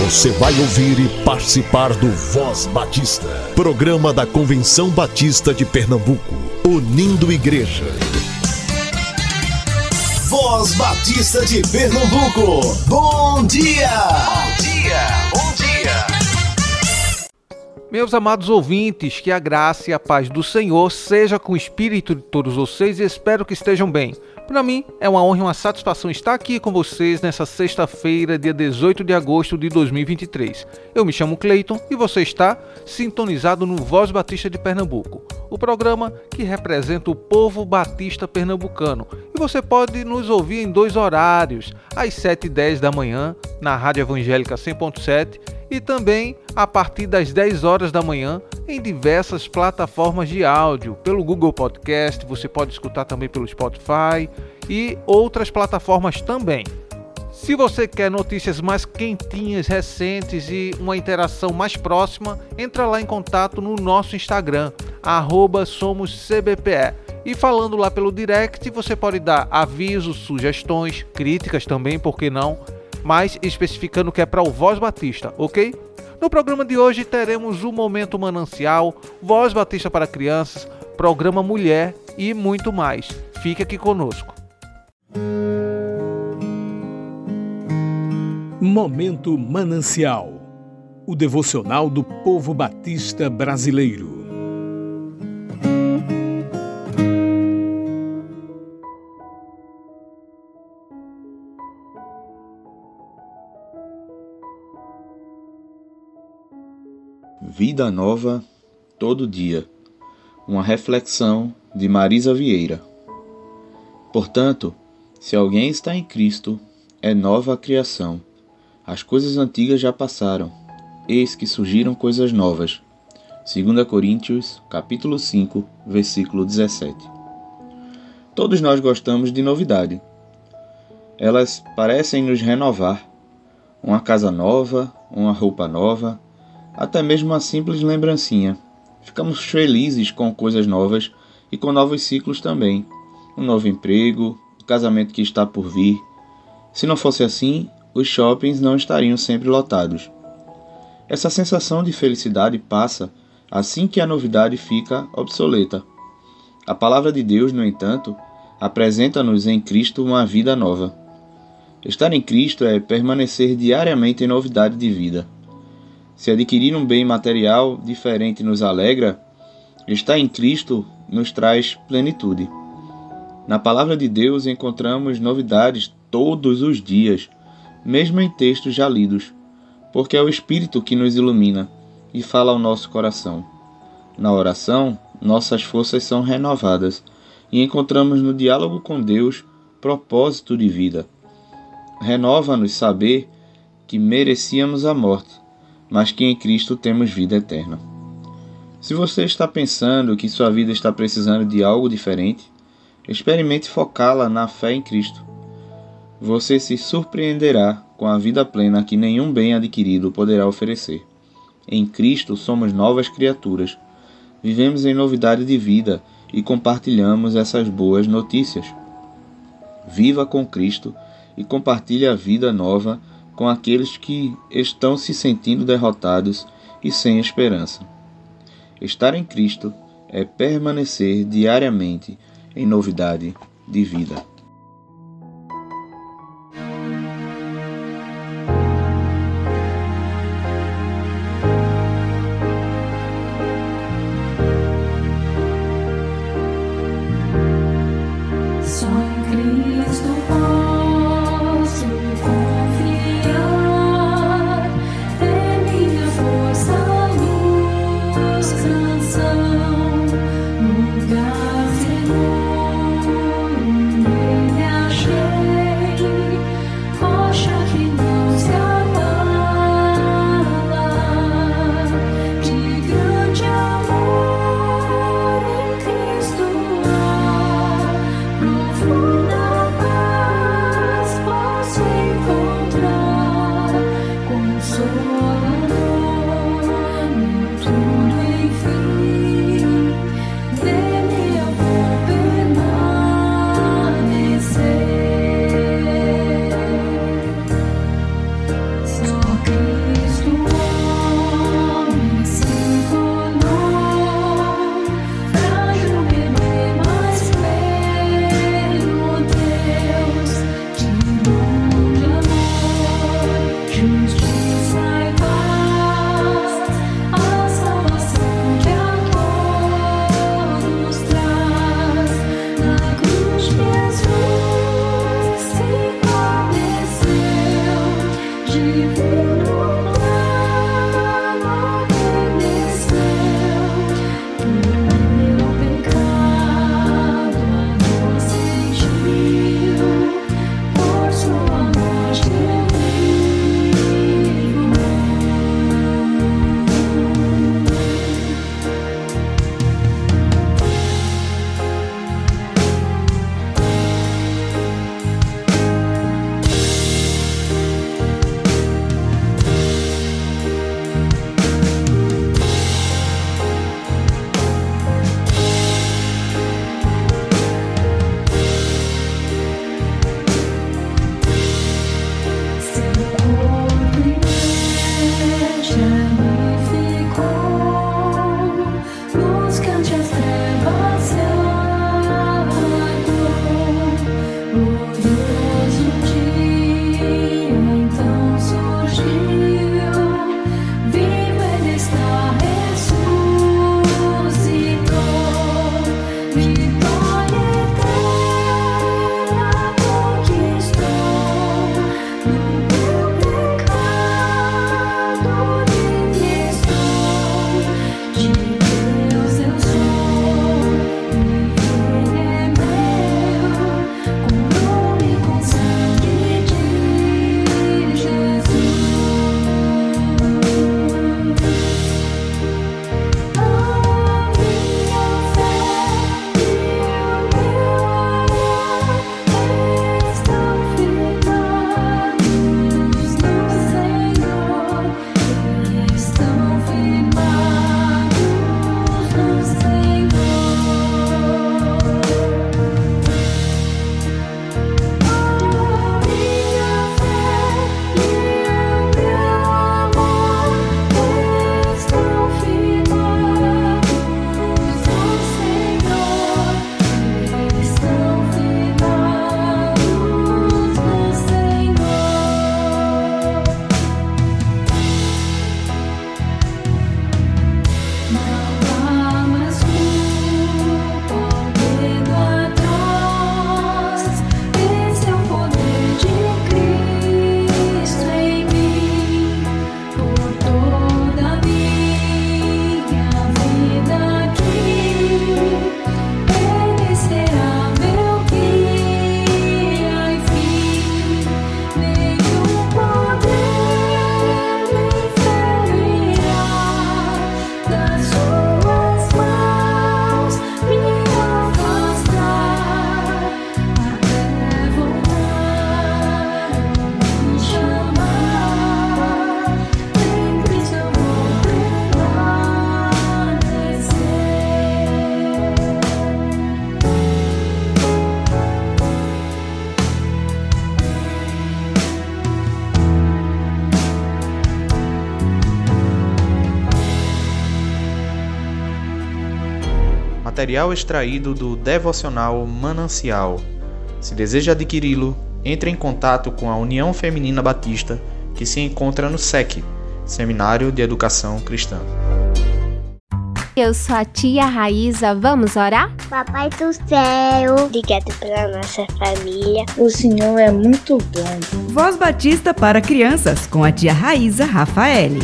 Você vai ouvir e participar do Voz Batista, programa da Convenção Batista de Pernambuco, unindo igreja. Voz Batista de Pernambuco, bom dia! Bom dia, bom dia! Meus amados ouvintes, que a graça e a paz do Senhor seja com o espírito de todos vocês e espero que estejam bem. Para mim, é uma honra e uma satisfação estar aqui com vocês nessa sexta-feira, dia 18 de agosto de 2023. Eu me chamo Cleiton e você está sintonizado no Voz Batista de Pernambuco, o programa que representa o povo batista pernambucano. E você pode nos ouvir em dois horários, às 7h10 da manhã, na Rádio Evangélica 100.7 e também a partir das 10 horas da manhã em diversas plataformas de áudio, pelo Google Podcast, você pode escutar também pelo Spotify e outras plataformas também. Se você quer notícias mais quentinhas, recentes e uma interação mais próxima, entra lá em contato no nosso Instagram, @somoscbpe. E falando lá pelo direct, você pode dar avisos, sugestões, críticas também, por que não? Mas especificando que é para o Voz Batista, ok? No programa de hoje teremos o Momento Manancial, Voz Batista para Crianças, Programa Mulher e muito mais. Fique aqui conosco. Momento Manancial, o devocional do povo batista brasileiro. Vida Nova, Todo Dia. Uma reflexão de Marisa Vieira. Portanto, se alguém está em Cristo, é nova a criação. As coisas antigas já passaram, eis que surgiram coisas novas. 2 Coríntios, capítulo 5, versículo 17. Todos nós gostamos de novidade. Elas parecem nos renovar. Uma casa nova, uma roupa nova, até mesmo uma simples lembrancinha. Ficamos felizes com coisas novas e com novos ciclos também. Um novo emprego, o casamento que está por vir. Se não fosse assim, os shoppings não estariam sempre lotados. Essa sensação de felicidade passa assim que a novidade fica obsoleta. A palavra de Deus, no entanto, apresenta-nos em Cristo uma vida nova. Estar em Cristo é permanecer diariamente em novidade de vida. Se adquirir um bem material diferente nos alegra, estar em Cristo nos traz plenitude. Na palavra de Deus encontramos novidades todos os dias, mesmo em textos já lidos, porque é o Espírito que nos ilumina e fala ao nosso coração. Na oração, nossas forças são renovadas e encontramos no diálogo com Deus propósito de vida. Renova-nos saber que merecíamos a morte, mas que em Cristo temos vida eterna. Se você está pensando que sua vida está precisando de algo diferente, experimente focá-la na fé em Cristo. Você se surpreenderá com a vida plena que nenhum bem adquirido poderá oferecer. Em Cristo somos novas criaturas. Vivemos em novidade de vida e compartilhamos essas boas notícias. Viva com Cristo e compartilhe a vida nova com aqueles que estão se sentindo derrotados e sem esperança. Estar em Cristo é permanecer diariamente em novidade de vida. Só em Cristo posso confiar, é minha força, luz, canção, lugar seguro. Material extraído do devocional Manancial. Se deseja adquiri-lo, entre em contato com a União Feminina Batista, que se encontra no SEC, Seminário de Educação Cristã. Eu sou a tia Raíza, vamos orar? Papai do céu, obrigado pela nossa família. O Senhor é muito bom. Voz Batista para crianças, com a tia Raíza Rafaeli.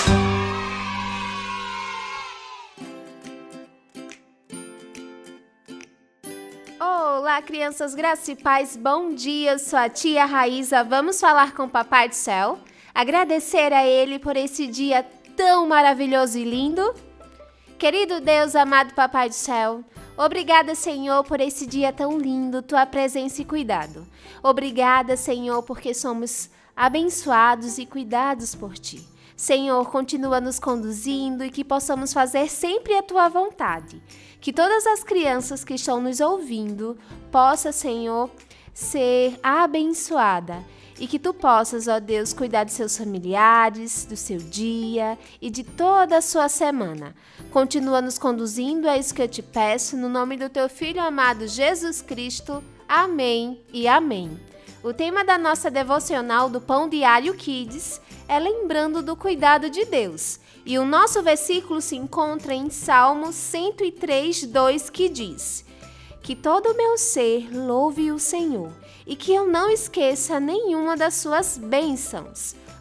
Olá, crianças, graça e paz, bom dia, eu sou a tia Raíza, vamos falar com o Papai do Céu? Agradecer a Ele por esse dia tão maravilhoso e lindo? Querido Deus, amado Papai do Céu, obrigada, Senhor, por esse dia tão lindo, tua presença e cuidado. Obrigada, Senhor, porque somos abençoados e cuidados por ti. Senhor, continua nos conduzindo e que possamos fazer sempre a tua vontade. Que todas as crianças que estão nos ouvindo possam, Senhor, ser abençoada. E que tu possas, ó Deus, cuidar de seus familiares, do seu dia e de toda a sua semana. Continua nos conduzindo, é isso que eu te peço, no nome do teu Filho amado Jesus Cristo. Amém e amém. O tema da nossa devocional do Pão Diário Kids é lembrando do cuidado de Deus. E o nosso versículo se encontra em Salmo 103:2, que diz: que todo o meu ser louve o Senhor, e que eu não esqueça nenhuma das suas bênçãos.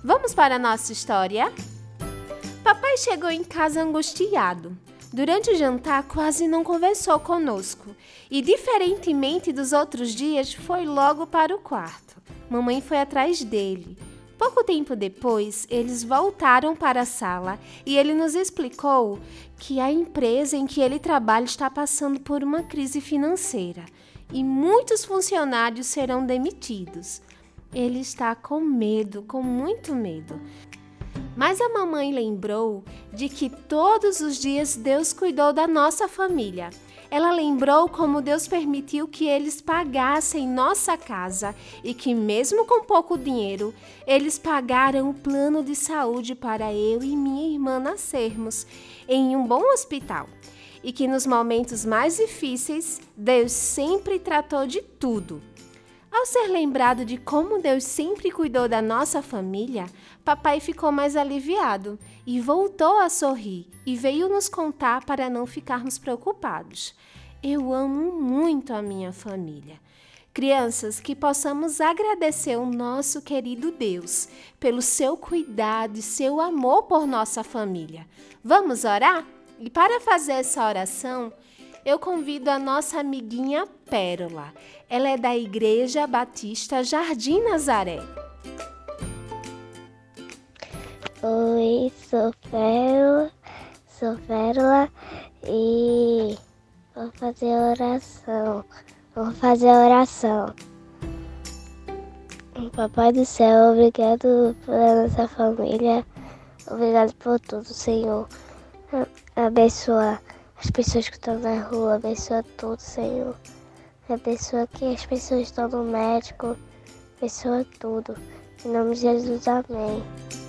Vamos para a nossa história? Papai chegou em casa angustiado. Durante o jantar, quase não conversou conosco e, diferentemente dos outros dias, foi logo para o quarto. Mamãe foi atrás dele. Pouco tempo depois, eles voltaram para a sala e ele nos explicou que a empresa em que ele trabalha está passando por uma crise financeira e muitos funcionários serão demitidos. Ele está com medo, com muito medo. Mas a mamãe lembrou de que todos os dias Deus cuidou da nossa família. Ela lembrou como Deus permitiu que eles pagassem nossa casa e que, mesmo com pouco dinheiro, eles pagaram o plano de saúde para eu e minha irmã nascermos em um bom hospital. E que nos momentos mais difíceis, Deus sempre tratou de tudo. Ao ser lembrado de como Deus sempre cuidou da nossa família, papai ficou mais aliviado e voltou a sorrir e veio nos contar para não ficarmos preocupados. Eu amo muito a minha família. Crianças, que possamos agradecer o nosso querido Deus pelo seu cuidado e seu amor por nossa família. Vamos orar? E para fazer essa oração, eu convido a nossa amiguinha Pérola. Ela é da Igreja Batista Jardim Nazaré. Oi, sou Pérola e vou fazer a oração. Papai do céu, obrigado pela nossa família, obrigado por tudo, Senhor. Abençoa as pessoas que estão na rua, abençoa tudo, Senhor. Abençoa que as pessoas estão no médico, abençoa tudo. Em nome de Jesus, amém.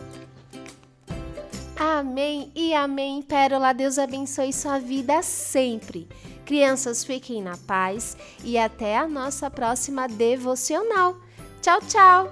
Amém e amém, Pérola. Deus abençoe sua vida sempre. Crianças, fiquem na paz e até a nossa próxima devocional. Tchau, tchau!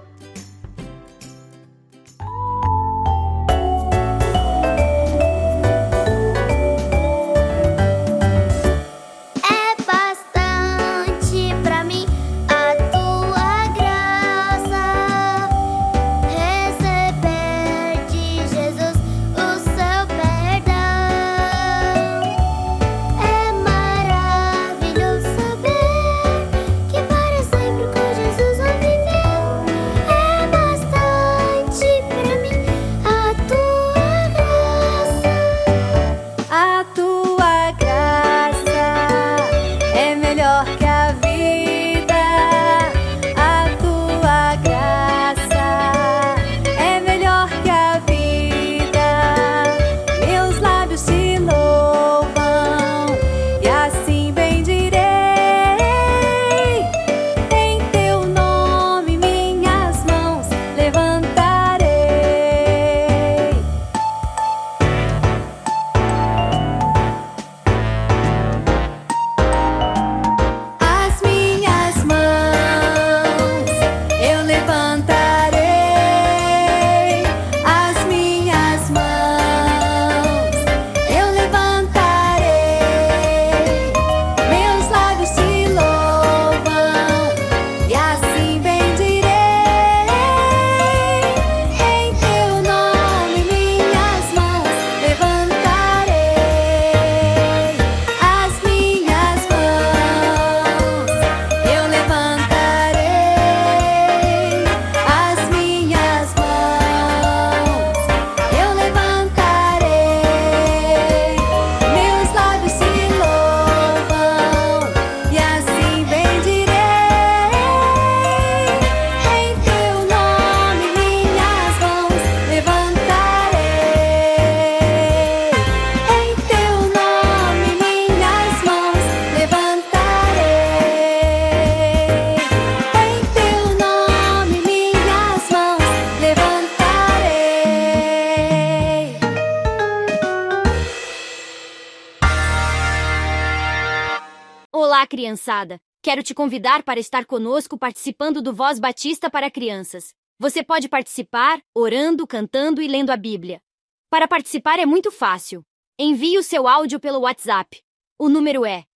Olá, criançada! Quero te convidar para estar conosco participando do Voz Batista para Crianças. Você pode participar orando, cantando e lendo a Bíblia. Para participar é muito fácil. Envie o seu áudio pelo WhatsApp. O número é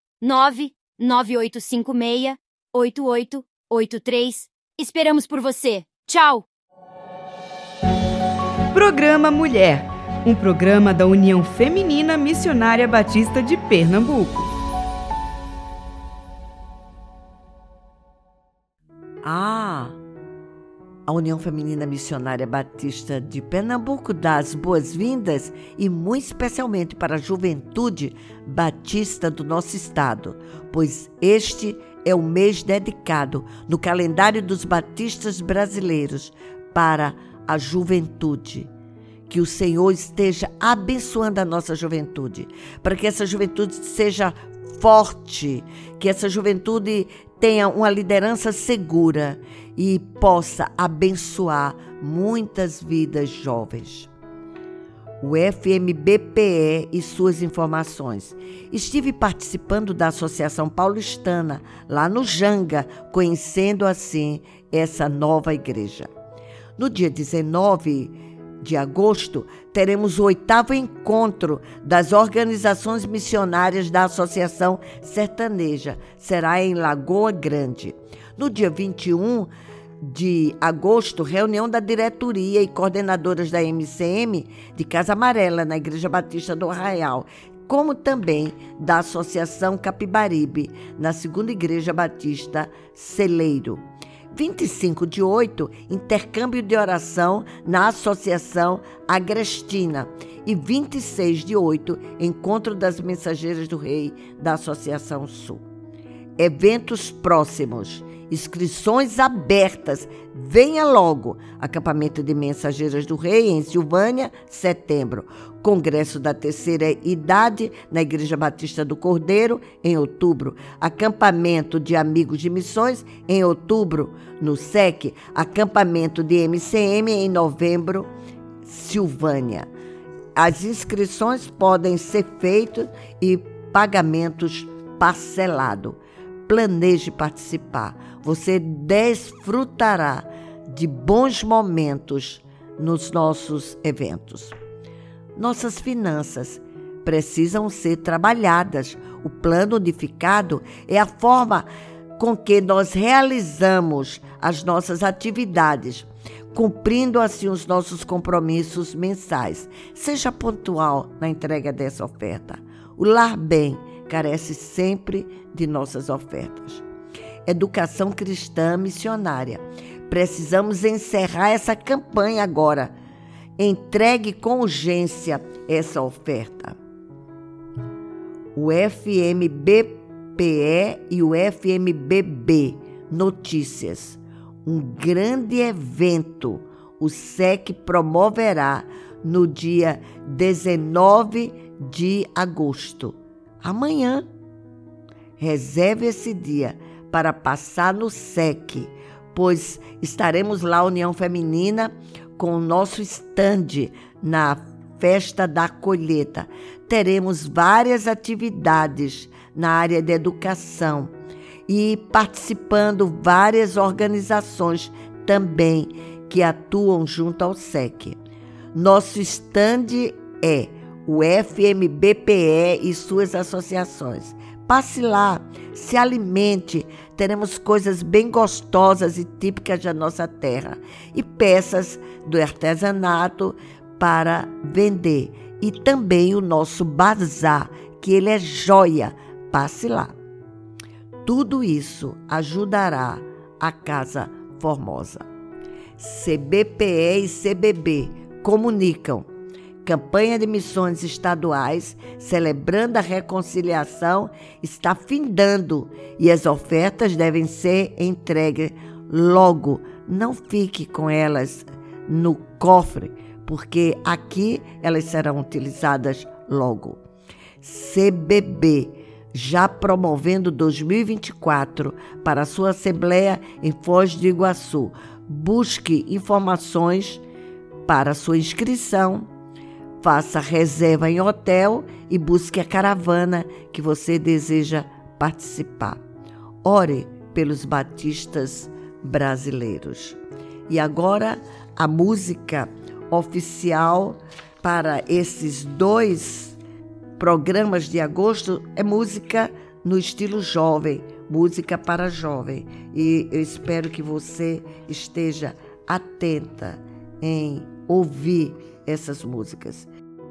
99856-8883. Esperamos por você. Tchau! Programa Mulher, um programa da União Feminina Missionária Batista de Pernambuco. A União Feminina Missionária Batista de Pernambuco dá as boas-vindas e muito especialmente para a juventude batista do nosso estado, pois este é o mês dedicado no calendário dos batistas brasileiros para a juventude. Que o Senhor esteja abençoando a nossa juventude, para que essa juventude seja forte, que essa juventude tenha uma liderança segura e possa abençoar muitas vidas jovens. O FMBPE e suas informações. Estive participando da Associação Paulistana, lá no Janga, conhecendo assim essa nova igreja. No dia 19 de agosto, teremos o 8º encontro das organizações missionárias da Associação Sertaneja. Será em Lagoa Grande. No dia 21 de agosto, reunião da diretoria e coordenadoras da MCM de Casa Amarela, na Igreja Batista do Arraial, como também da Associação Capibaribe, na 2ª Igreja Batista Celeiro. 25 de 8, intercâmbio de oração na Associação Agrestina. E 26 de 8, encontro das Mensageiras do Rei da Associação Sul. Eventos próximos. Inscrições abertas. Venha logo. Acampamento de Mensageiras do Rei em Silvânia, setembro. Congresso da Terceira Idade na Igreja Batista do Cordeiro, em outubro. Acampamento de Amigos de Missões, em outubro, no SEC. Acampamento de MCM, em novembro, Silvânia. As inscrições podem ser feitas e pagamentos parcelados. Planeje participar. Você desfrutará de bons momentos nos nossos eventos. Nossas finanças precisam ser trabalhadas. O plano unificado é a forma com que nós realizamos as nossas atividades, cumprindo assim os nossos compromissos mensais. Seja pontual na entrega dessa oferta. O Lar Bem carece sempre de nossas ofertas. Educação cristã missionária. Precisamos encerrar essa campanha agora. Entregue com urgência essa oferta. O FMBPE e o FMBB Notícias. Um grande evento o SEC promoverá no dia 19 de agosto. Amanhã. Reserve esse dia para passar no SEC, pois estaremos lá, União Feminina, com o nosso estande na Festa da Colheita. Teremos várias atividades na área de educação e participando várias organizações também que atuam junto ao SEC. Nosso estande é o FMBPE e suas associações. Passe lá, se alimente, teremos coisas bem gostosas e típicas da nossa terra e peças do artesanato para vender. E também o nosso bazar, que ele é joia. Passe lá. Tudo isso ajudará a Casa Formosa. CBPE e CBB comunicam. Campanha de missões estaduais, celebrando a reconciliação, está findando e as ofertas devem ser entregues logo. Não fique com elas no cofre, porque aqui elas serão utilizadas logo. CBB, já promovendo 2024 para a sua Assembleia em Foz do Iguaçu. Busque informações para sua inscrição. Faça reserva em hotel e busque a caravana que você deseja participar. Ore pelos batistas brasileiros. E agora, a música oficial para esses 2 programas de agosto é música no estilo jovem, música para jovem. E eu espero que você esteja atenta em ouvir essas músicas.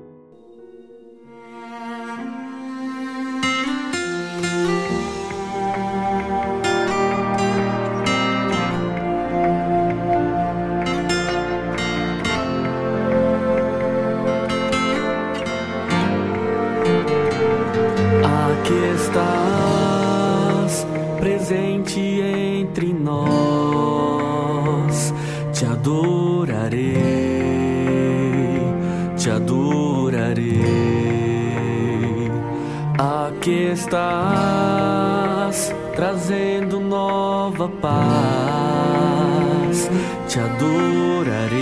Aqui estás, presente entre nós, te adorarei, te adorarei. Aqui estás, trazendo nova paz, te adorarei,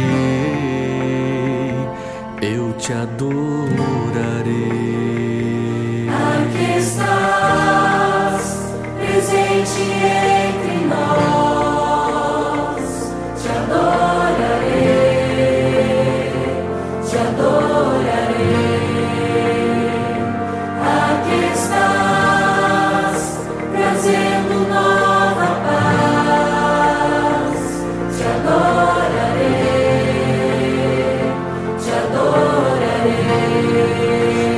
eu te adorarei. Aqui estás, presente entre nós, te adorarei, te adorarei. Aqui estás, trazendo nova paz, te adorarei, te adorarei.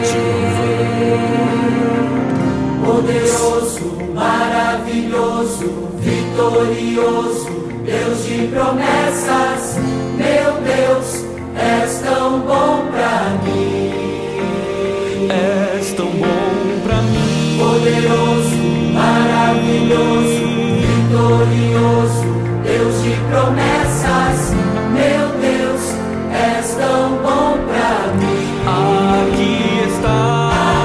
Poderoso, maravilhoso, vitorioso, Deus de promessas, meu Deus, és tão bom pra mim. És tão bom pra mim. Poderoso, maravilhoso, vitorioso, Deus de promessas, meu Deus, és tão bom pra mim. Aqui está.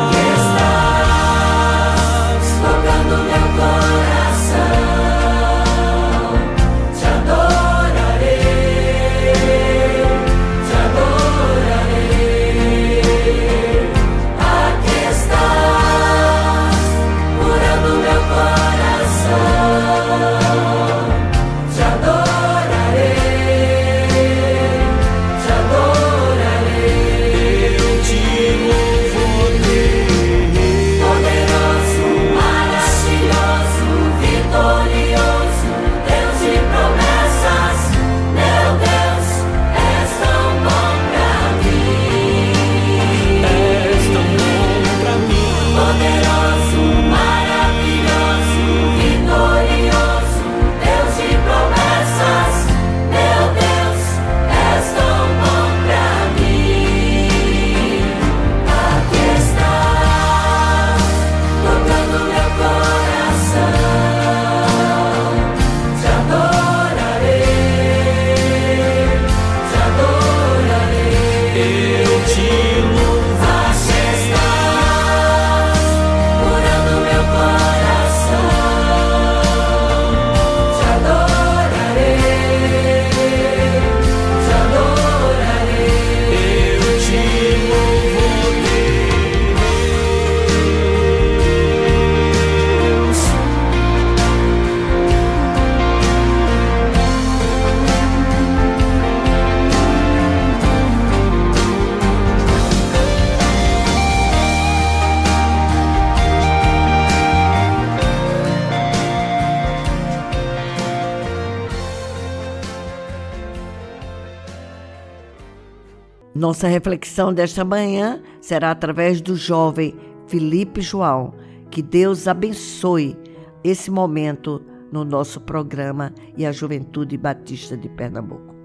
Nossa reflexão desta manhã será através do jovem Felipe João. Que Deus abençoe esse momento no nosso programa e a Juventude Batista de Pernambuco.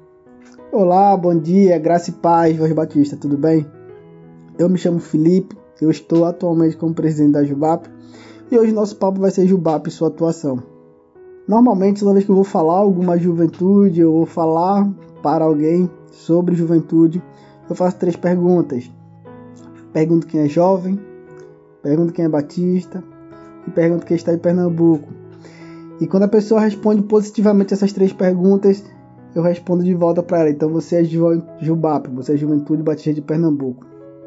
Olá, bom dia, graça e paz, Voz Batista, tudo bem? Eu me chamo Felipe, eu estou atualmente como presidente da Jubap e hoje nosso papo vai ser Jubap e sua atuação. Normalmente, toda vez que eu vou falar alguma juventude, eu vou falar para alguém sobre juventude, eu faço 3 perguntas. Pergunto quem é jovem, pergunto quem é batista e pergunto quem está em Pernambuco. E quando a pessoa responde positivamente essas 3 perguntas, eu respondo de volta para ela. Então você é Jubap, você é Juventude Batista de Pernambuco.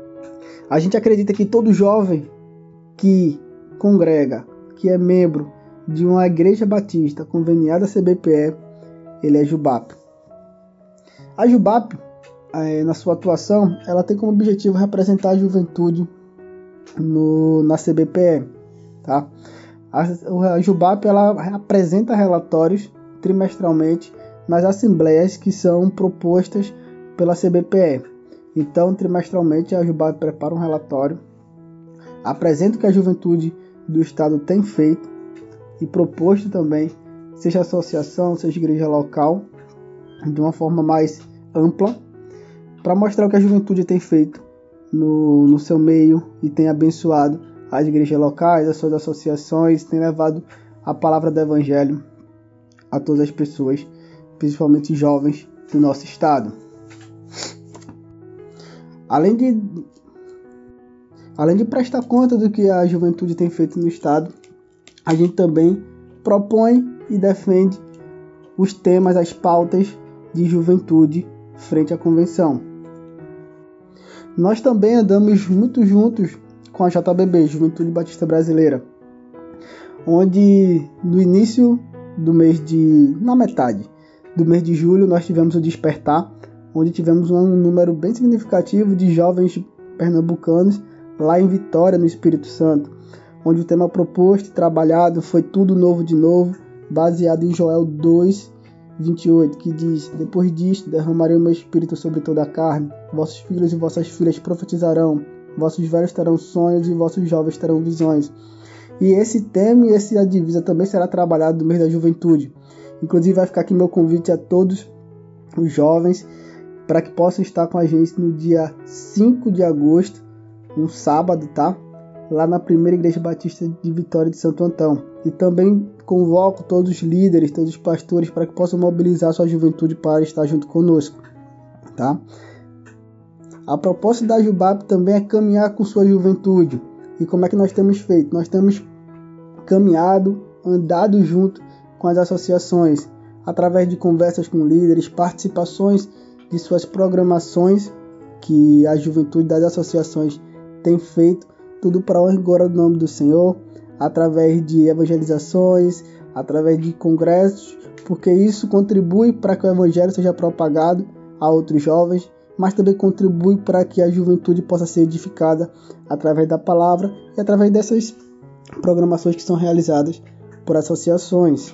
A gente acredita que todo jovem que congrega, que é membro de uma igreja batista conveniada CBPE, ele é Jubap. A Jubap, na sua atuação, ela tem como objetivo representar a juventude na CBPE. Tá? A Jubap ela apresenta relatórios trimestralmente nas assembleias que são propostas pela CBPE. Então, trimestralmente, a Jubap prepara um relatório, apresenta o que a juventude do Estado tem feito e proposto também, seja associação, seja igreja local, de uma forma mais ampla, para mostrar o que a juventude tem feito no seu meio e tem abençoado as igrejas locais, as suas associações, tem levado a palavra do Evangelho a todas as pessoas, principalmente jovens do nosso estado. Além de prestar conta do que a juventude tem feito no estado, a gente também propõe e defende os temas, as pautas de juventude frente à convenção. Nós também andamos muito juntos com a JBB, Juventude Batista Brasileira, onde no início do mês na metade do mês de julho, nós tivemos o Despertar, onde tivemos um número bem significativo de jovens pernambucanos lá em Vitória, no Espírito Santo, onde o tema proposto e trabalhado foi Tudo Novo de Novo, baseado em Joel 2:28, que diz: depois disto derramarei o meu espírito sobre toda a carne, vossos filhos e vossas filhas profetizarão, vossos velhos terão sonhos e vossos jovens terão visões. E esse tema e essa divisa também será trabalhado no mês da juventude. Inclusive vai ficar aqui meu convite a todos os jovens para que possam estar com a gente no dia 5 de agosto, um sábado, tá? Lá na primeira Igreja Batista de Vitória de Santo Antão. E também convoco todos os líderes, todos os pastores para que possam mobilizar sua juventude para estar junto conosco, tá? A proposta da Jubap também é caminhar com sua juventude. E como é que nós temos feito? Nós temos caminhado, andado junto com as associações, através de conversas com líderes, participações de suas programações que a juventude das associações tem feito, tudo para a honra e glória do nome do Senhor, através de evangelizações, através de congressos, porque isso contribui para que o evangelho seja propagado a outros jovens, mas também contribui para que a juventude possa ser edificada através da palavra e através dessas programações que são realizadas por associações.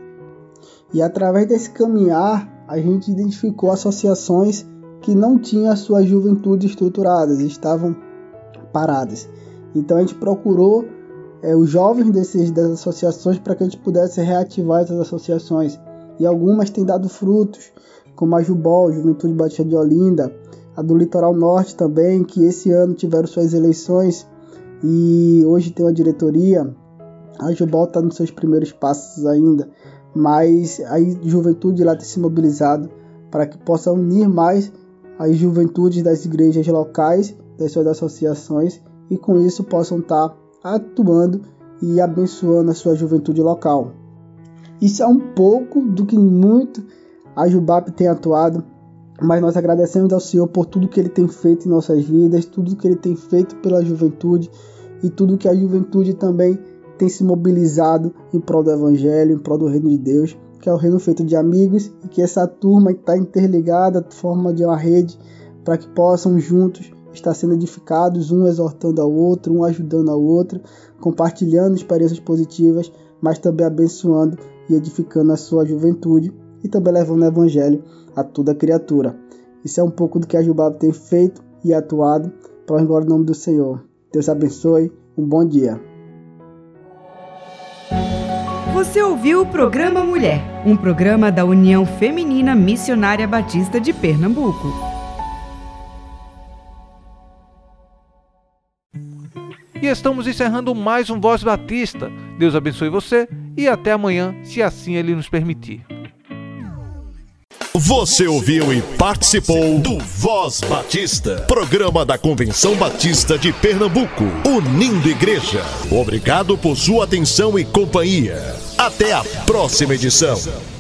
E através desse caminhar, a gente identificou associações que não tinham a sua juventude estruturadas, estavam paradas. Então a gente procurou os jovens das associações para que a gente pudesse reativar essas associações. E algumas têm dado frutos, como a Jubol, Juventude Batista de Olinda, a do Litoral Norte também, que esse ano tiveram suas eleições e hoje tem uma diretoria. A Jubol está nos seus primeiros passos ainda, mas a juventude lá tem se mobilizado para que possa unir mais as juventudes das igrejas locais, das suas associações, e com isso possam estar atuando e abençoando a sua juventude local. Isso é um pouco do que muito a Jubap tem atuado, mas nós agradecemos ao Senhor por tudo que Ele tem feito em nossas vidas, tudo que Ele tem feito pela juventude e tudo que a juventude também tem se mobilizado em prol do Evangelho, em prol do Reino de Deus, que é o reino feito de amigos, e que essa turma está interligada, forma de uma rede, para que possam juntos estar sendo edificados, um exortando ao outro, um ajudando ao outro, compartilhando experiências positivas, mas também abençoando e edificando a sua juventude e também levando o Evangelho a toda criatura. Isso é um pouco do que a Jubap tem feito e atuado, para a glória do nome do Senhor. Deus abençoe, um bom dia. Você ouviu o programa Mulher, um programa da União Feminina Missionária Batista de Pernambuco. E estamos encerrando mais um Voz Batista. Deus abençoe você e até amanhã, se assim Ele nos permitir. Você ouviu e participou do Voz Batista, programa da Convenção Batista de Pernambuco, unindo igreja. Obrigado por sua atenção e companhia. Até a próxima edição.